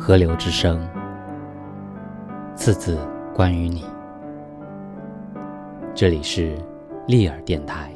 河流之声，次次关于你。这里是利尔电台。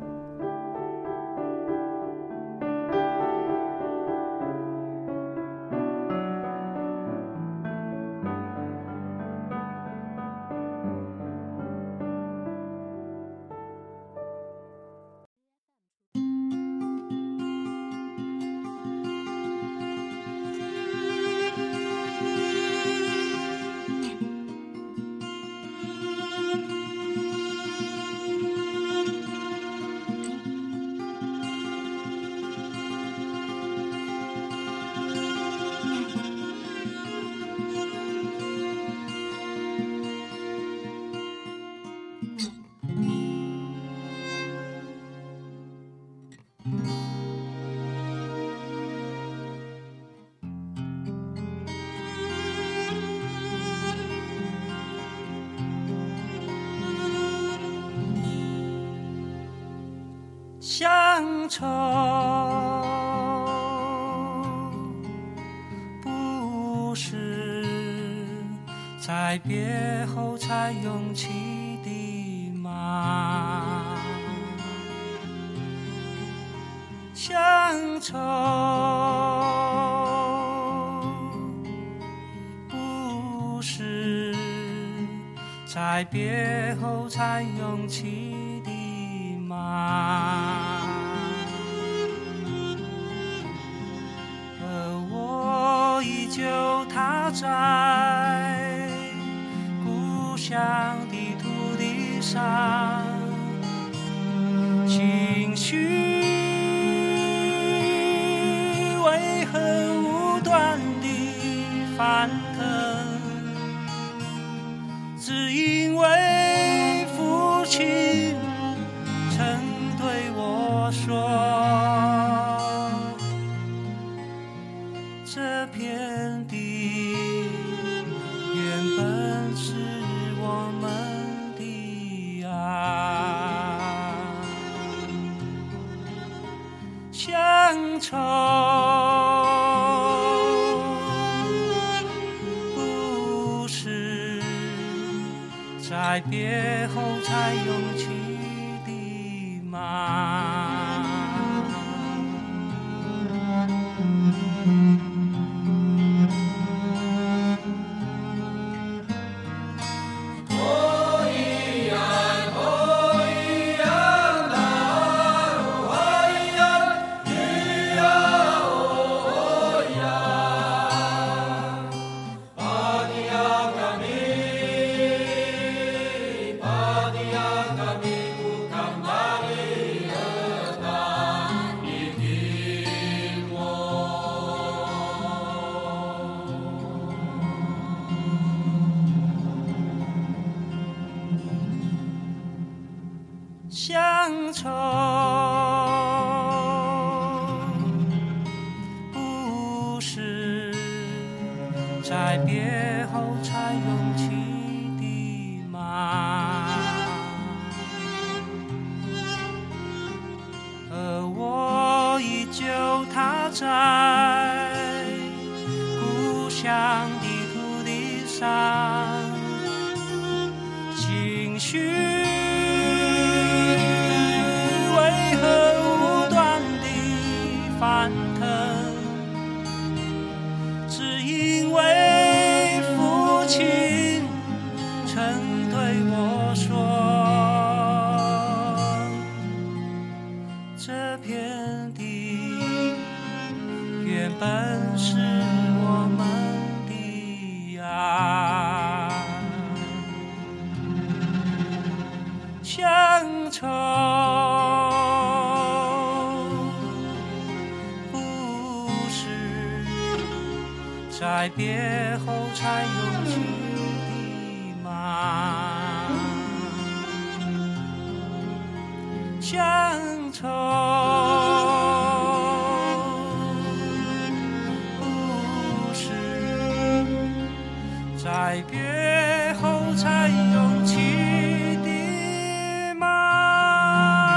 乡愁不是在别后才涌起的吗？乡愁不是在别后才涌起的吗？依旧踏在故乡的土地上，情绪为何无端地翻腾？只因为父亲曾对我说，这片地原本是我们的啊，乡愁不是在别后才涌起的吗？乡愁不是在别后才涌起的吗？而我依旧踏在故乡的土地上，情绪翻腾，只因为父亲曾对我说，这片地原本是我们的啊，乡愁在别后才涌起的吗？乡愁不是在别后才涌起的吗？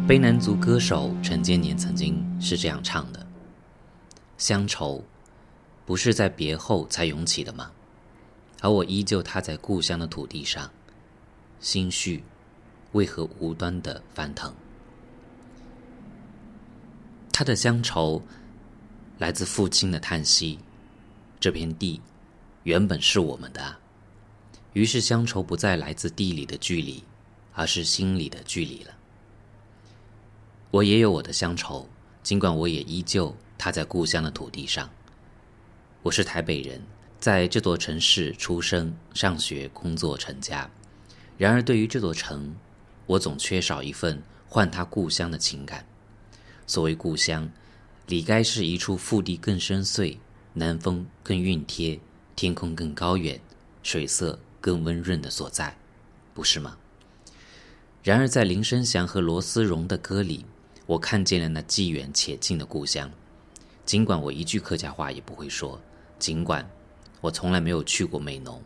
卑南族歌手陈建年曾经是这样唱的：乡愁不是在别后才涌起的吗？而我依旧踏在故乡的土地上，心绪为何无端的翻腾？他的乡愁来自父亲的叹息，这片地原本是我们的啊。于是乡愁不再来自地理的距离，而是心里的距离了。我也有我的乡愁，尽管我也依旧踏在故乡的土地上。我是台北人，在这座城市出生、上学、工作、成家。然而对于这座城，我总缺少一份唤他故乡的情感。所谓故乡，理该是一处腹地更深邃，南风更熨贴，天空更高远，水色更温润的所在，不是吗？然而在林生祥和罗思荣的歌里，我看见了那既远且近的故乡。尽管我一句客家话也不会说，尽管我从来没有去过美浓。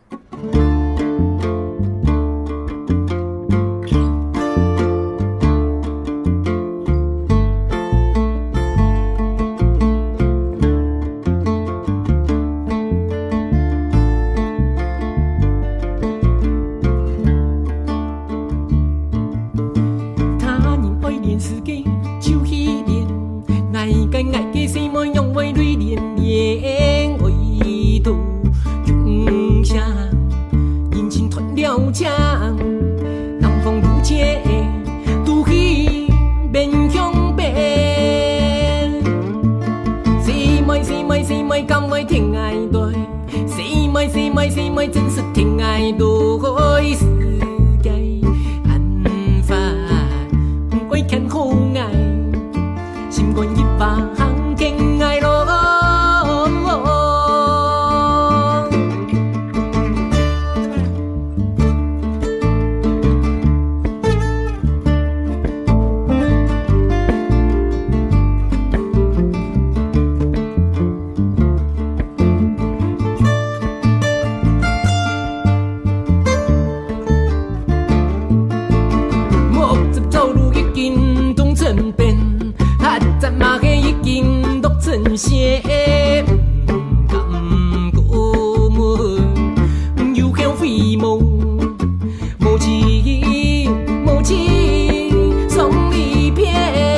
真是天爱对世界安法，不会看好爱，心肝一把行天爱咯。些感觉门又向飞梦无情送离别，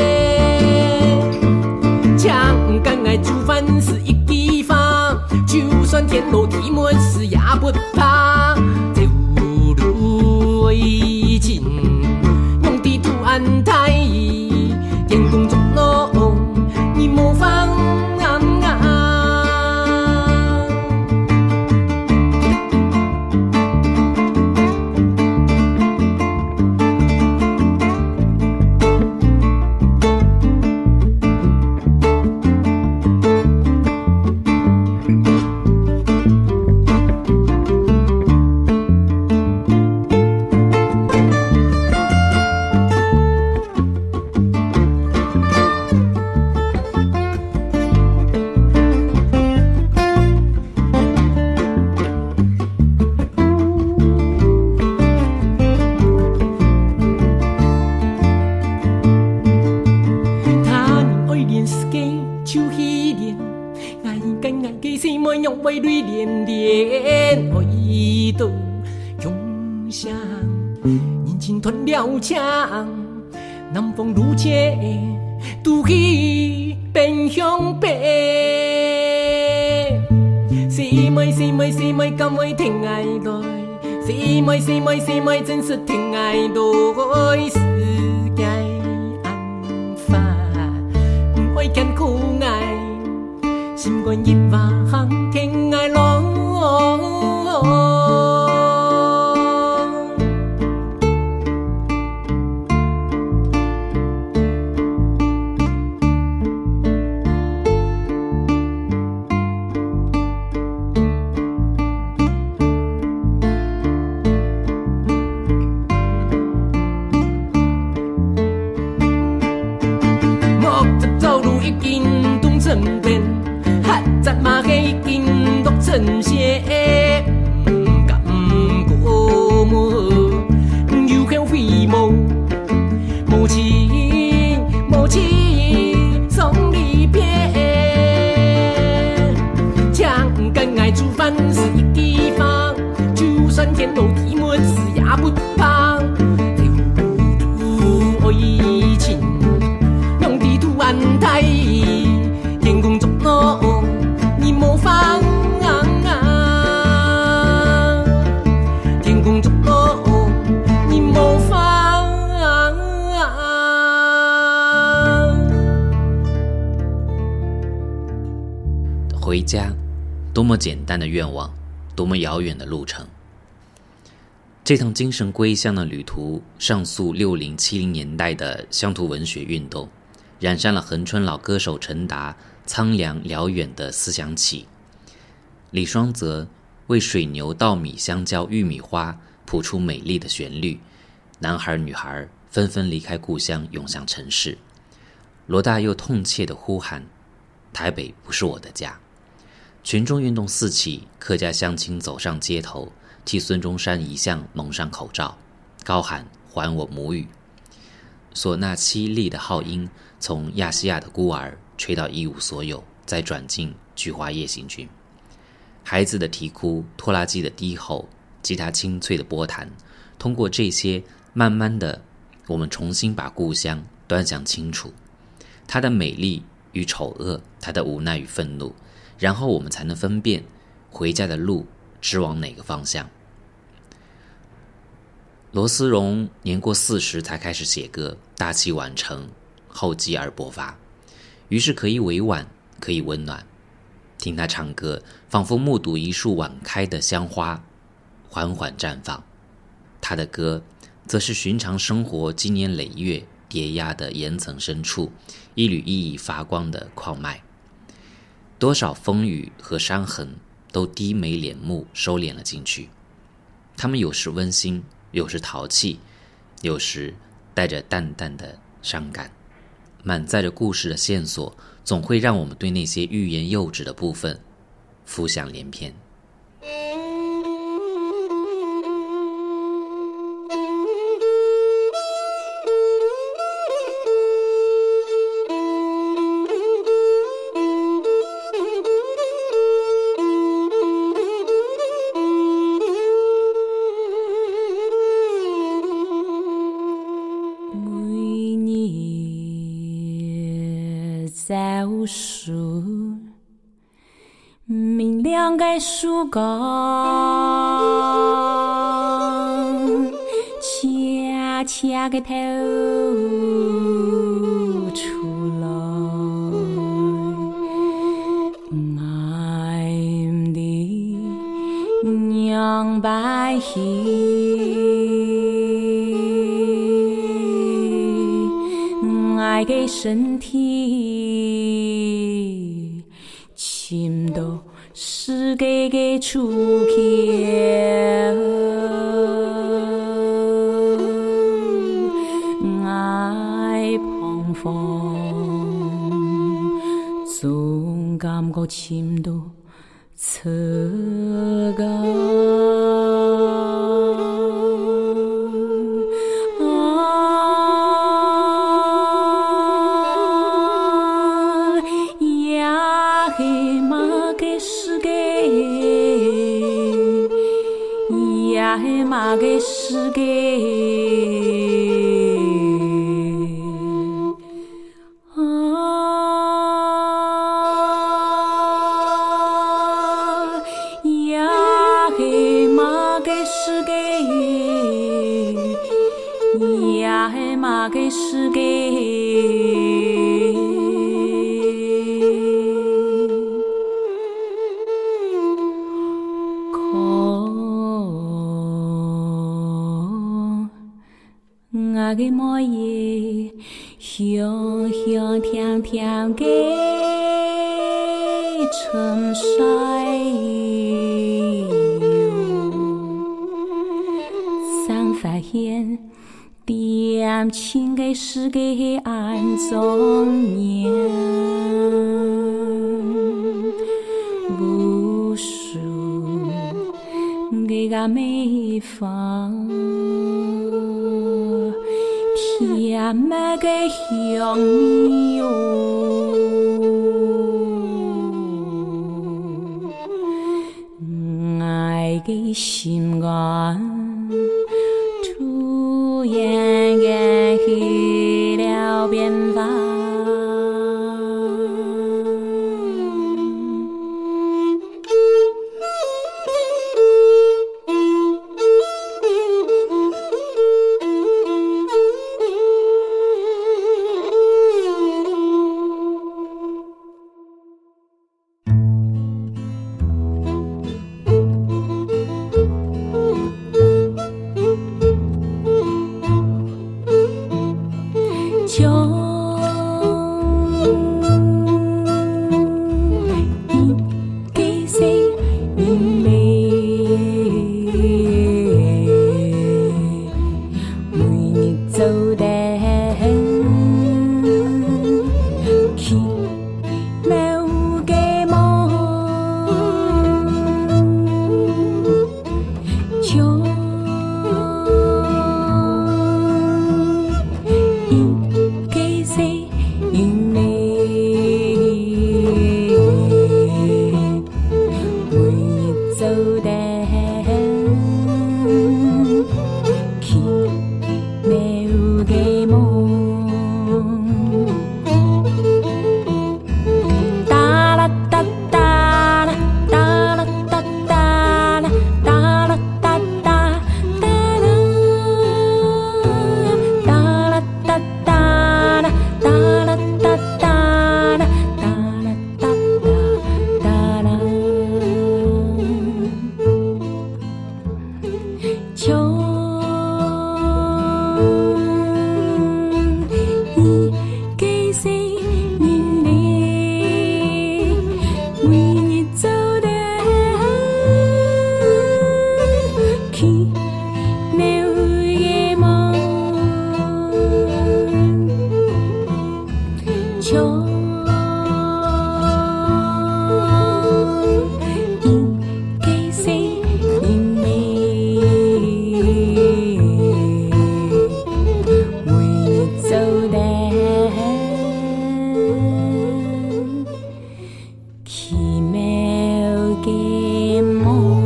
强敢爱煮饭是一枝花，就算天落地没事也不怕，走路为情用地图安泰天公中路你模仿枪，南风如切，拄起变向北。是咪甘为天爱来？是咪真是天爱来？世界安法，不会艰苦爱，心肝一把行天爱来。感觉门又向飞梦无情家，多么简单的愿望，多么遥远的路程。这趟精神归乡的旅途，上溯60、70年代的乡土文学运动，染上了恒春老歌手陈达苍凉辽远的思想起。李双泽为水牛、稻米、香蕉、玉米花谱出美丽的旋律，男孩女孩纷纷离开故乡，涌向城市。罗大佑痛切地呼喊：台北不是我的家。群众运动四起，客家乡亲走上街头，替孙中山遗像蒙上口罩，高喊还我母语。唢呐凄厉的号音从亚细亚的孤儿吹到一无所有，再转进菊花夜行军。孩子的啼哭，拖拉机的低吼，吉他清脆的拨弹，通过这些，慢慢的，我们重新把故乡端详清楚，它的美丽与丑恶，它的无奈与愤怒，然后我们才能分辨回家的路直往哪个方向。罗思荣年过40才开始写歌，大器晚成，厚积而薄发，于是可以委婉，可以温暖。听他唱歌，仿佛目睹一束晚开的香花缓缓绽放。他的歌则是寻常生活经年累月叠压的岩层深处，一缕熠熠发光的矿脉。多少风雨和伤痕都低眉敛目收敛了进去，他们有时温馨，有时淘气，有时带着淡淡的伤感，满载着故事的线索，总会让我们对那些欲言又止的部分浮想联翩。 枣树明亮的树干，恰恰的透出来，俺的娘白喜。爱的身体，침도世界的出口，爱彷徨，总感觉침도 차가。马个世界，呀嘿马个世界，呀嘿马个世界。我的莫耶，香香甜甜的春晒哟，才发现点情的世界暗中年，无数个美方。甜蜜的香味哟，爱的心肝突然间起了变化。 因为每日走得去没有个梦，就一个谁因为每日走得去没有个梦。哒啦哒哒啦，哒啦哒哒啦，哒啦哒哒哒啦，哒啦哒哒啦，哒啦哒哒啦，哒啦哒哒哒啦。就一个谁因为每日走得去没有个梦，就一个谁因为每日走得去没有个梦。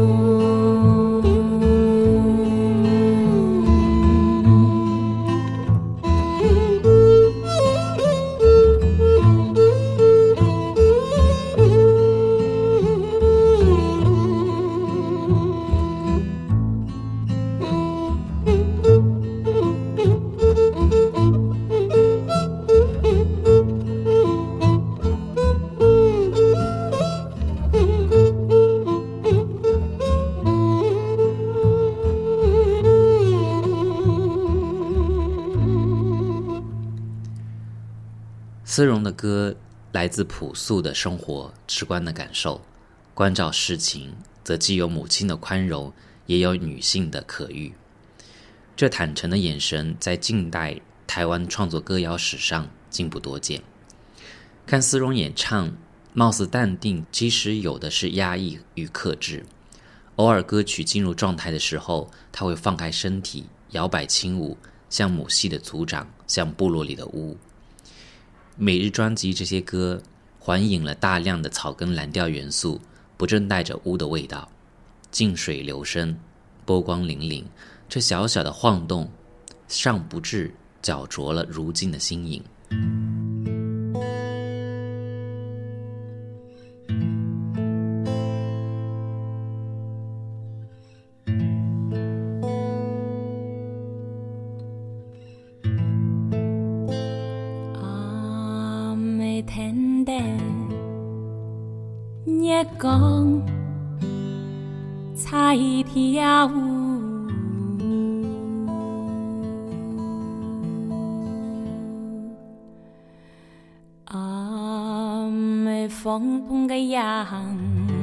丝绒的歌来自朴素的生活，直观的感受，关照世情，则既有母亲的宽容，也有女性的可遇。这坦诚的眼神，在近代台湾创作歌谣史上竟不多见。看丝绒演唱，貌似淡定，其实有的是压抑与克制。偶尔歌曲进入状态的时候，他会放开身体，摇摆轻舞，像母系的族长，像部落里的巫。每日专辑这些歌还引了大量的草根蓝调元素，不正带着巫的味道。静水流深，波光粼粼，这小小的晃动尚不至搅浊了如今的新颖。 天灯月光彩跳舞，风风个样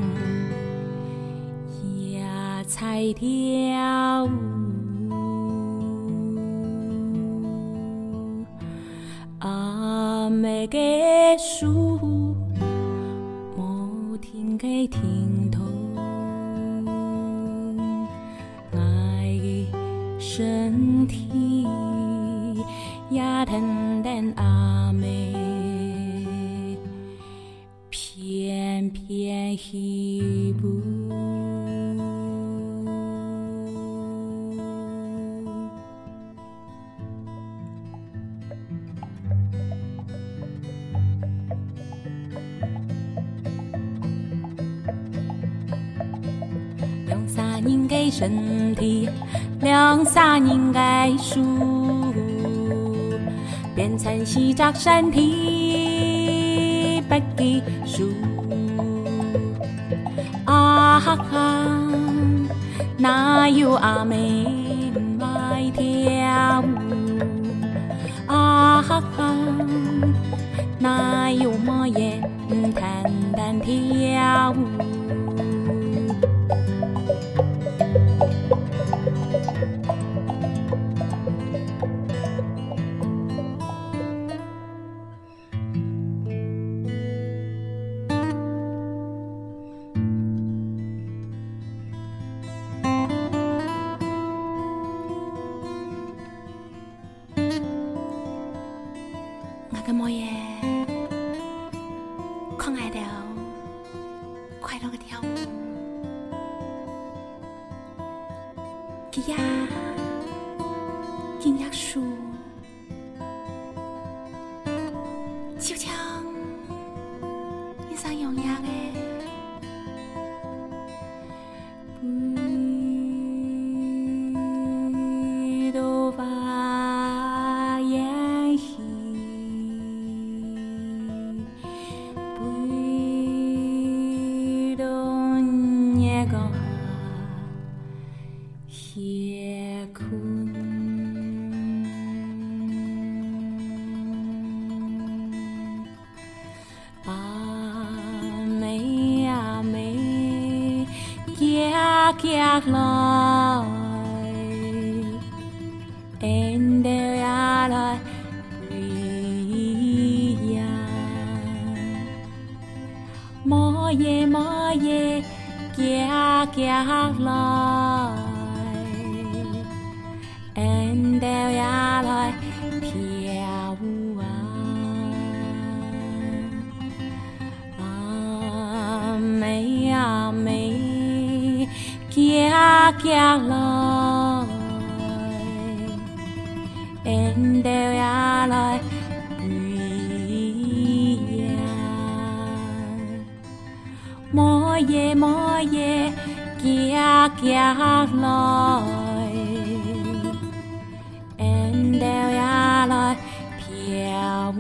也彩跳舞。每个树莫停个停头，爱的身体也等等阿妹，偏偏起步。人嘅身体，两三人嘅树，变成西扎身体不计数。啊哈哈，哪有阿妹爱跳舞？啊哈哈，哪有莫言淡淡跳舞？ 跳舞。咿呀，音乐树，就像一山用样的。Kyak lai en der ya lai bri ya mo ye kyak lai en der ya lai piao mei Kyak lai en der ya lai bri ya mo ye kyak lai en der ya lai piao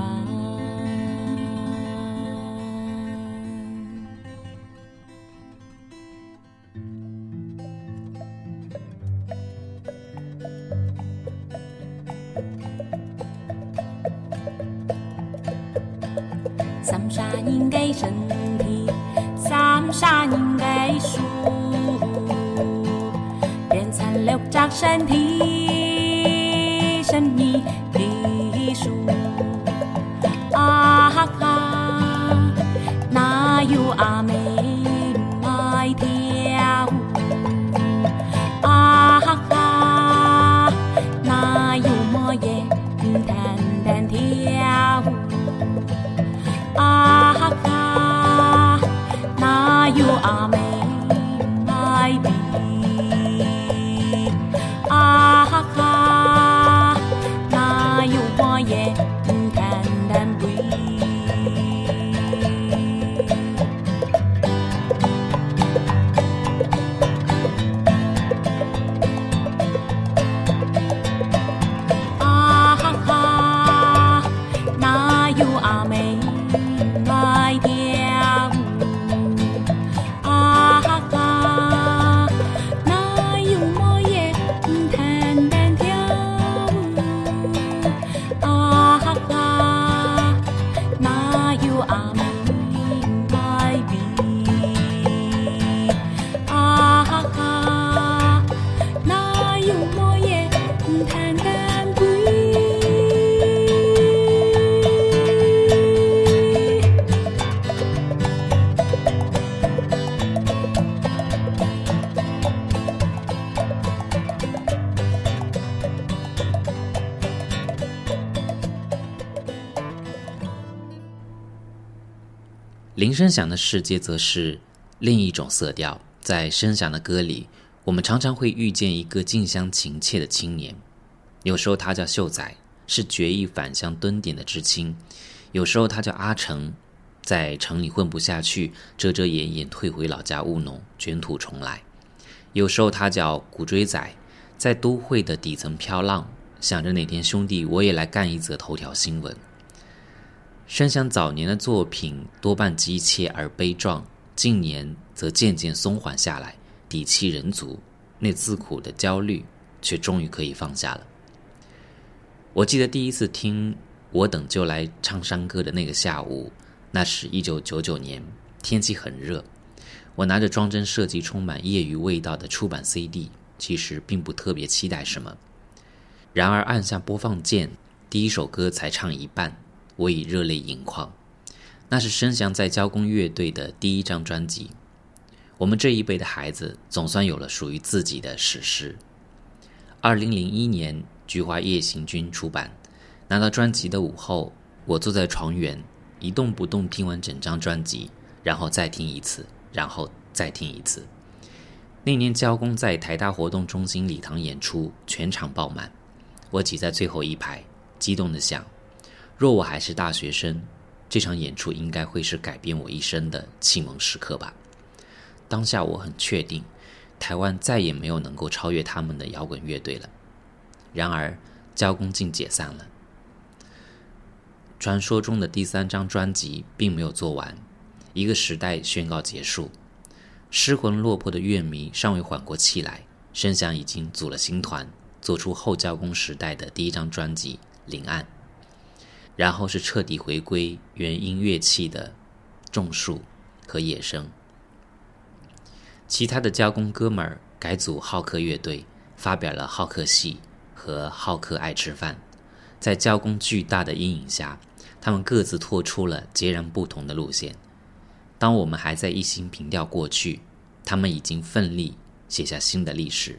三沙人的身体，三沙人的树，变成六张身体，神秘的树。啊哈哈，哪有阿妹来跳舞？啊哈哈，哪有莫言淡淡跳舞？啊哈哈，哪有阿妹来比？啊哈哈，哪有莫言淡淡比？啊哈哈，哪有阿妹？来跳舞，啊哈哈，哪有莫言淡淡跳舞，啊哈哈，哪有阿妹来比，啊哈哈，哪有莫言淡淡比。 林声响的世界则是另一种色调。在声响的歌里，我们常常会遇见一个近乡情怯的青年，有时候他叫秀仔，是决意返乡蹲点的知青；有时候他叫阿成，在城里混不下去，遮遮掩掩退回老家务农，卷土重来；有时候他叫古锥仔，在都会的底层飘浪，想着哪天兄弟我也来干一则头条新闻。声响早年的作品多半急切而悲壮，近年则渐渐松缓下来，底气人足，那自苦的焦虑却终于可以放下了。我记得第一次听我等就来唱山歌的那个下午，那是1999年，天气很热，我拿着装帧设计充满业余味道的出版 CD， 其实并不特别期待什么。然而按下播放键，第一首歌才唱一半，我已热泪盈眶。那是声响在交工乐队的第一张专辑，我们这一辈的孩子总算有了属于自己的史诗。2001年菊花夜行军出版，拿到专辑的午后，我坐在床缘一动不动听完整张专辑，然后再听一次， 然后再听一次。那年交工在台大活动中心礼堂演出，全场爆满，我挤在最后一排，激动地想，若我还是大学生，这场演出应该会是改变我一生的启蒙时刻吧。当下我很确定，台湾再也没有能够超越他们的摇滚乐队了。然而交工竟解散了。传说中的第3张专辑并没有做完，一个时代宣告结束。失魂落魄的乐迷尚未缓过气来，声响已经组了新团，做出后交工时代的第1张专辑《临岸》，然后是彻底回归原音乐器的种树和野生。其他的交工哥们儿改组浩克乐队，发表了浩克系和浩克爱吃饭。在交工巨大的阴影下，他们各自拓出了截然不同的路线。当我们还在一心凭吊过去，他们已经奋力写下新的历史。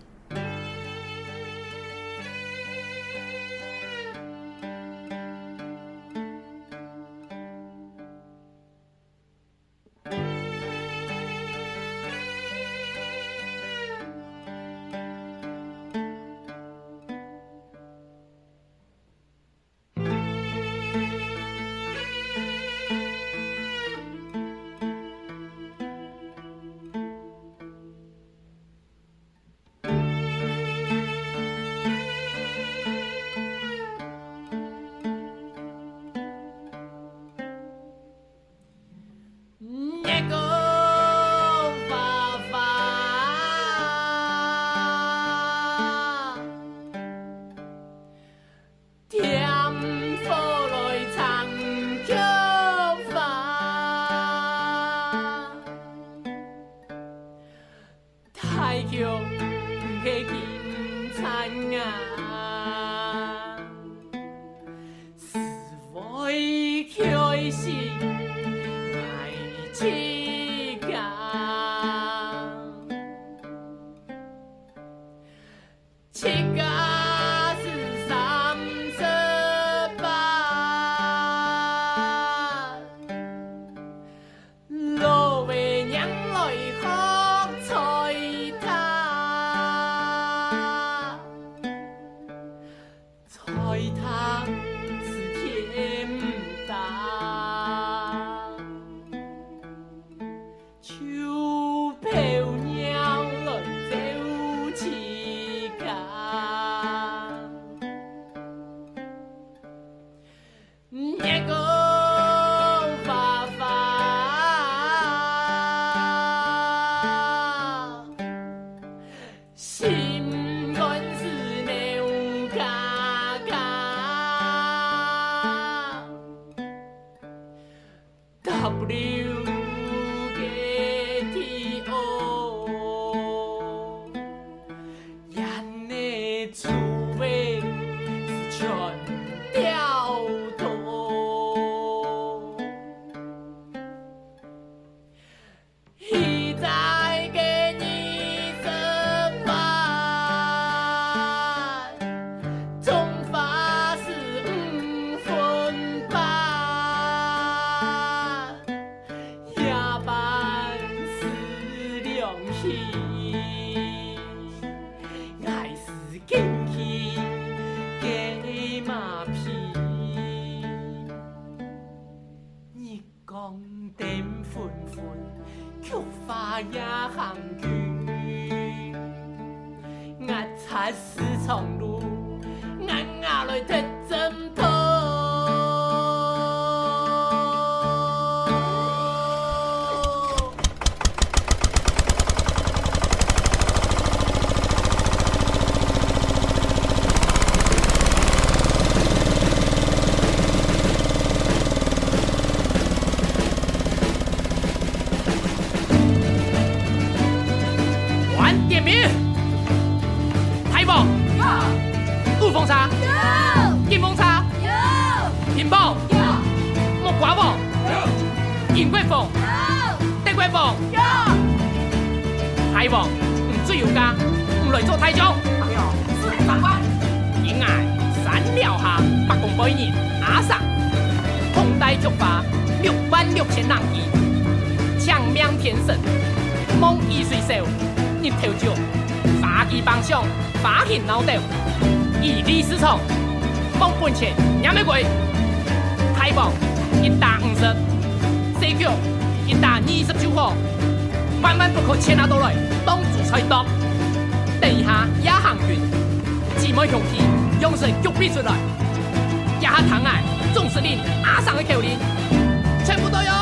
抢命天神，梦易水手，入头酒，花旗帮上，花hình脑豆，以利市场，梦本钱，两玫瑰，太棒，1打50，西桥1打29號，萬萬不可千下到來，當主菜多。等下也行運，姊妹兄弟用神腳逼出來，也下堂愛總司令阿上嘅口令，全部都有。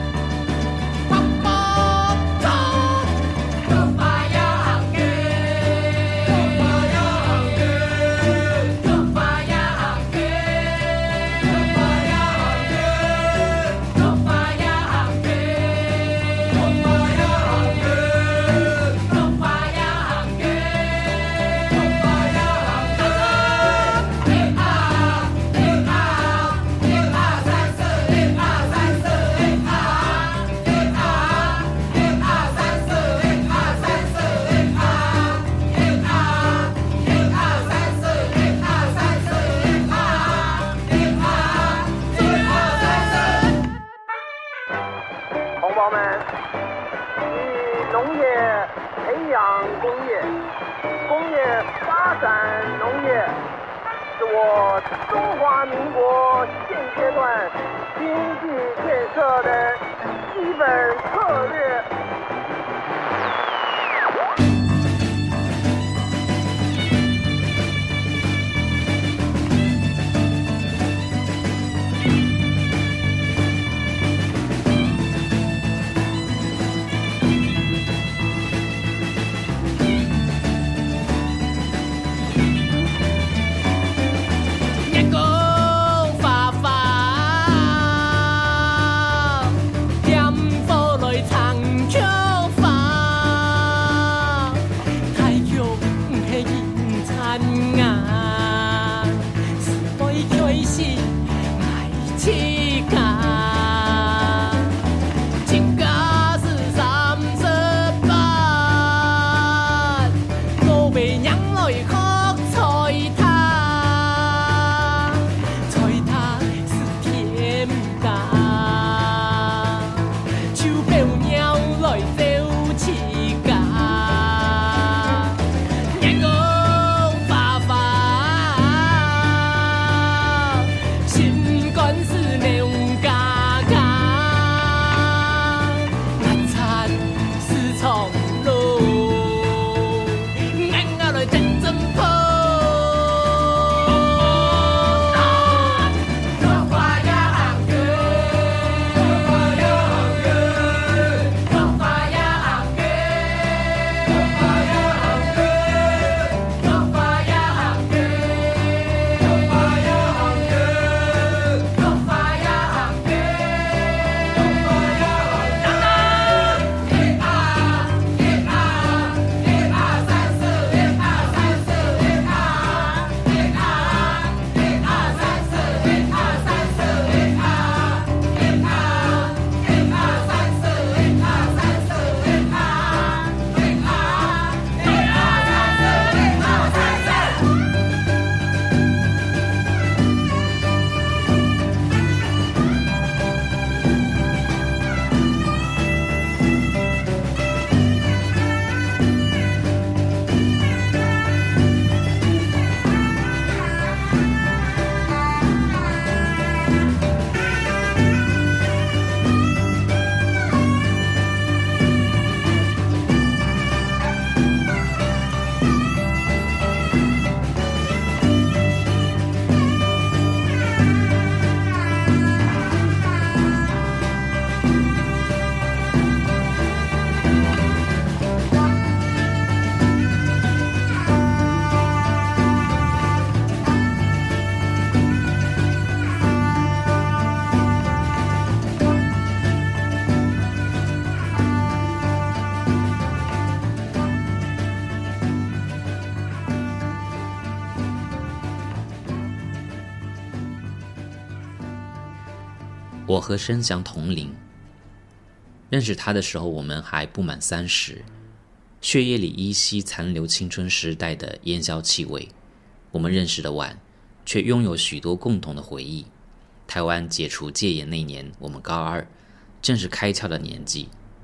中华民国现阶段经济建设的基本策略。 我和申祥同龄，认识他的时候我们还不满30，血液里依稀残留青春时代的烟硝气味。我们认识的晚，却拥有许多共同的回忆。台湾解除戒严那年，我们高2，正是开窍的年纪。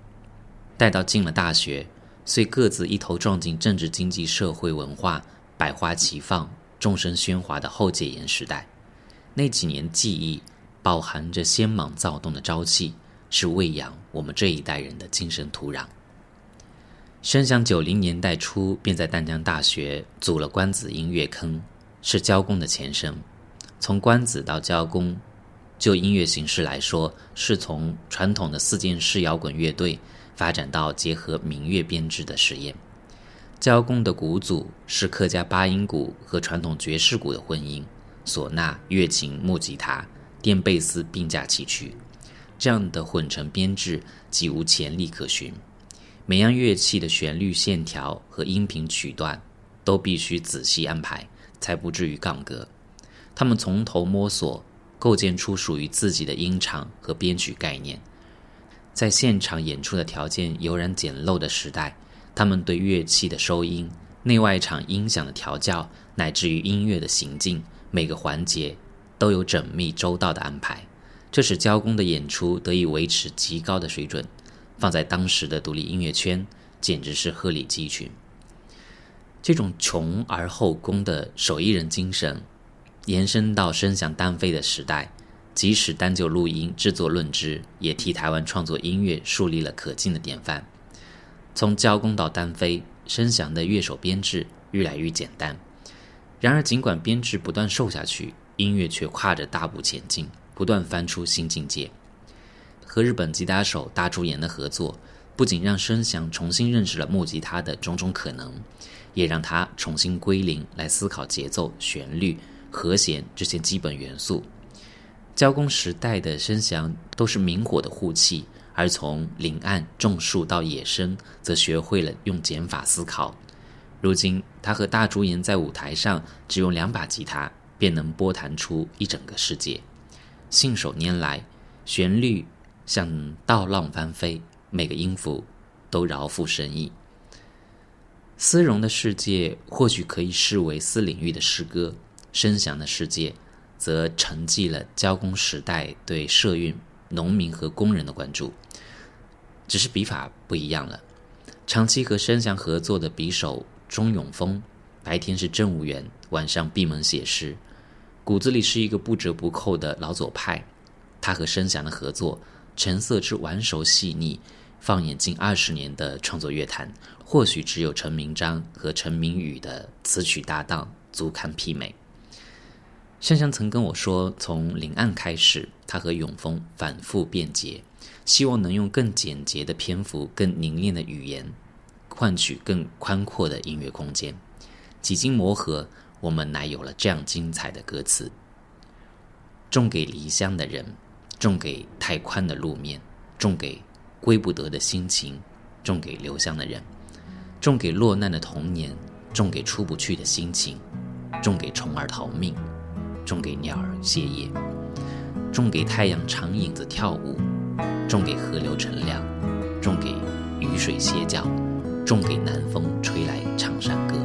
待到进了大学，遂各自一头撞进政治经济社会文化百花齐放众生喧哗的后戒严时代。那几年记忆饱含着鲜莽躁动的朝气，是喂养我们这一代人的精神土壤。声响90年代初便在淡江大学组了关子音乐坑，是交工的前身。从关子到交工，就音乐形式来说，是从传统的4件式摇滚乐队发展到结合民乐编制的实验。交工的鼓组是客家八音鼓和传统爵士鼓的混音，唢呐、乐琴、木吉他、电贝斯并驾齐驱，这样的混成编制几无前例可循。每样乐器的旋律线条和音频曲段都必须仔细安排，才不至于杠格。他们从头摸索，构建出属于自己的音场和编曲概念。在现场演出的条件悠然简陋的时代，他们对乐器的收音、内外场音响的调教，乃至于音乐的行进，每个环节都有缜密周到的安排，这使交工的演出得以维持极高的水准，放在当时的独立音乐圈简直是鹤立鸡群。这种穷而后工的手艺人精神延伸到声响单飞的时代，即使单就录音制作论之，也替台湾创作音乐树立了可敬的典范。从交工到单飞，声响的乐手编制越来越简单。然而尽管编制不断瘦下去，音乐却跨着大步前进，不断翻出新境界。和日本吉他手大竹研的合作，不仅让声响重新认识了木吉他的种种可能，也让他重新归零来思考节奏、旋律、和弦这些基本元素。交工时代的声响都是明火的护器，而从临暗种树到野生，则学会了用减法思考。如今他和大竹研在舞台上只用2把吉他，便能拨弹出一整个世界。信手拈来，旋律像稻浪翻飞，每个音符都饶富深意。丝绒的世界或许可以视为私领域的诗歌，声响的世界则承继了交工时代对社运、农民和工人的关注，只是笔法不一样了。长期和声响合作的笔手钟永峰，白天是政务员，晚上闭门写诗，骨子里是一个不折不扣的老左派。他和声响的合作，成色之完熟细腻，放眼近20年的创作乐坛，或许只有陈明章和陈明宇的词曲搭档足堪媲美。声响曾跟我说，从临岸开始，他和永峰反复辩解，希望能用更简洁的篇幅、更凝练的语言，换取更宽阔的音乐空间。几经磨合，我们乃有了这样精彩的歌词：种给离乡的人，种给太宽的路面，种给归不得的心情，种给留乡的人，种给落难的童年，种给出不去的心情，种给虫儿逃命，种给鸟儿歇业，种给太阳长影子跳舞，种给河流乘凉，种给雨水歇脚，种给南风吹来唱山歌。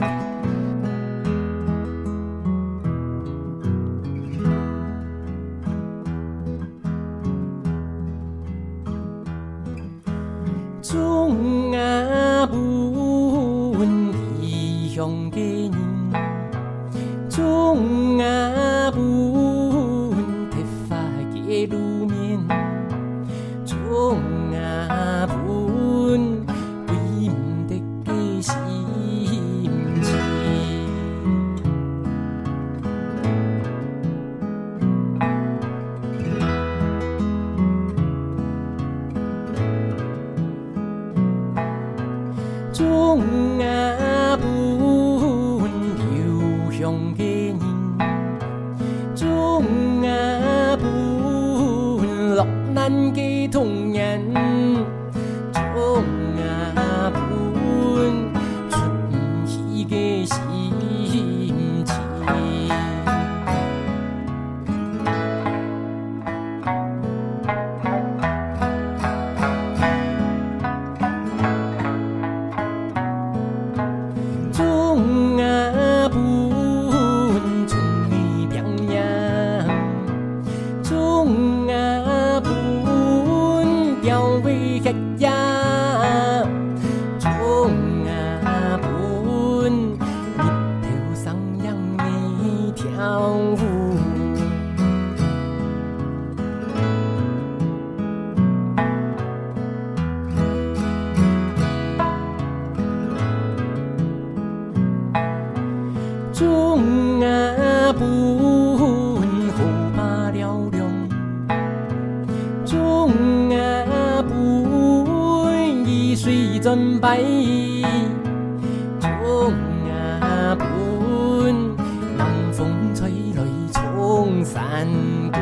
种啊本异乡的人，种啊本铁发的路面，种啊本为唔得嘅心情。种啊本流乡的人，种啊本落难的童年，种啊本春喜的心情。 中啊本好把了量，中啊本雨水准备，中啊本南风吹来冲山谷。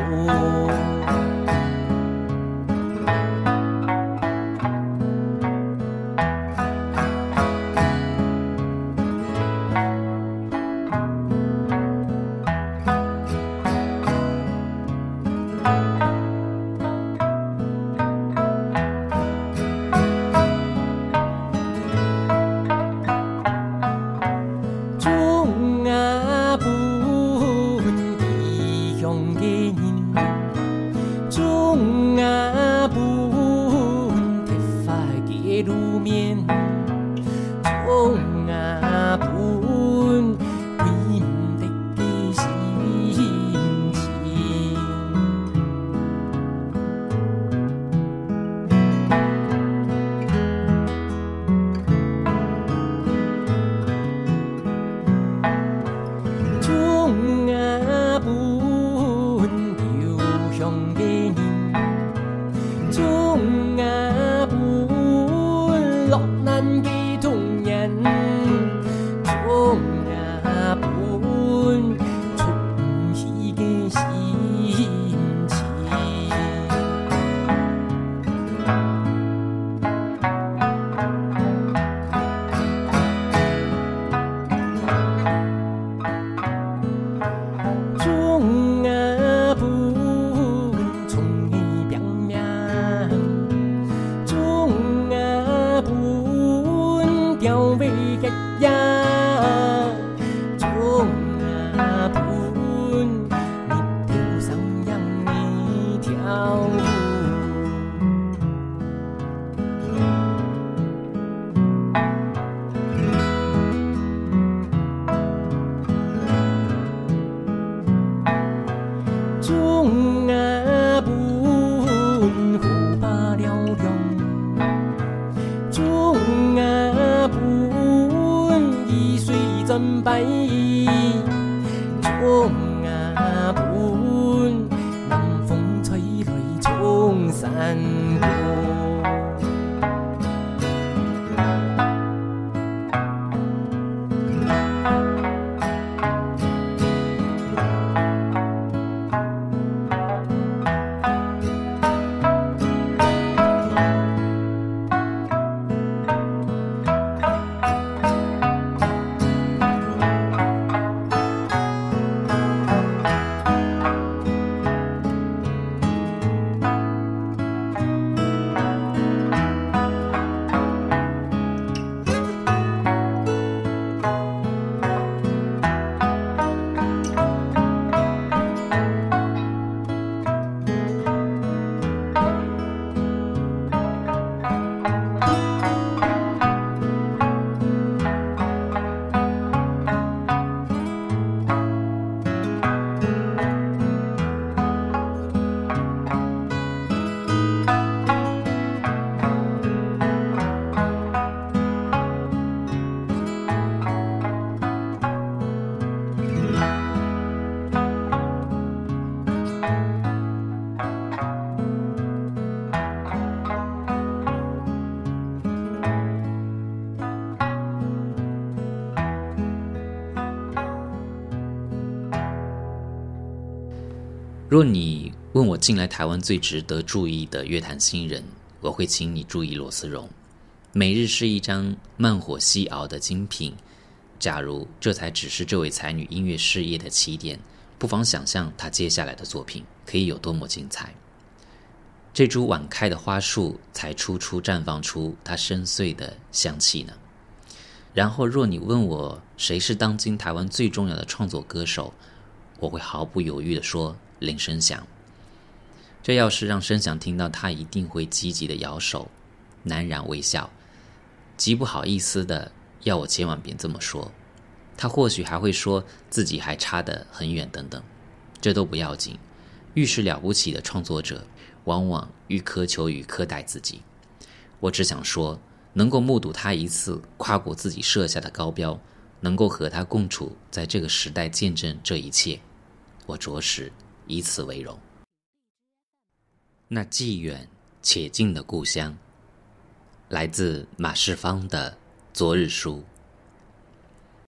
若你问我近来台湾最值得注意的乐坛新人，我会请你注意罗思荣。每日是一张慢火细熬的精品，假如这才只是这位才女音乐事业的起点，不妨想象她接下来的作品可以有多么精彩。这株晚开的花束才初初绽放出它深邃的香气呢。然后若你问我谁是当今台湾最重要的创作歌手，我会毫不犹豫地说林生祥。这要是让生祥听到，他一定会积极的摇手，喃然微笑，极不好意思的要我千万别这么说。他或许还会说自己还差得很远等等，这都不要紧。愈是了不起的创作者，往往愈苛求与苛待自己。我只想说，能够目睹他一次跨过自己设下的高标， 能够和他共处在这个时代，见证这一切，我着实以此为荣。那既远且近的故乡，来自马世芳的《昨日书》。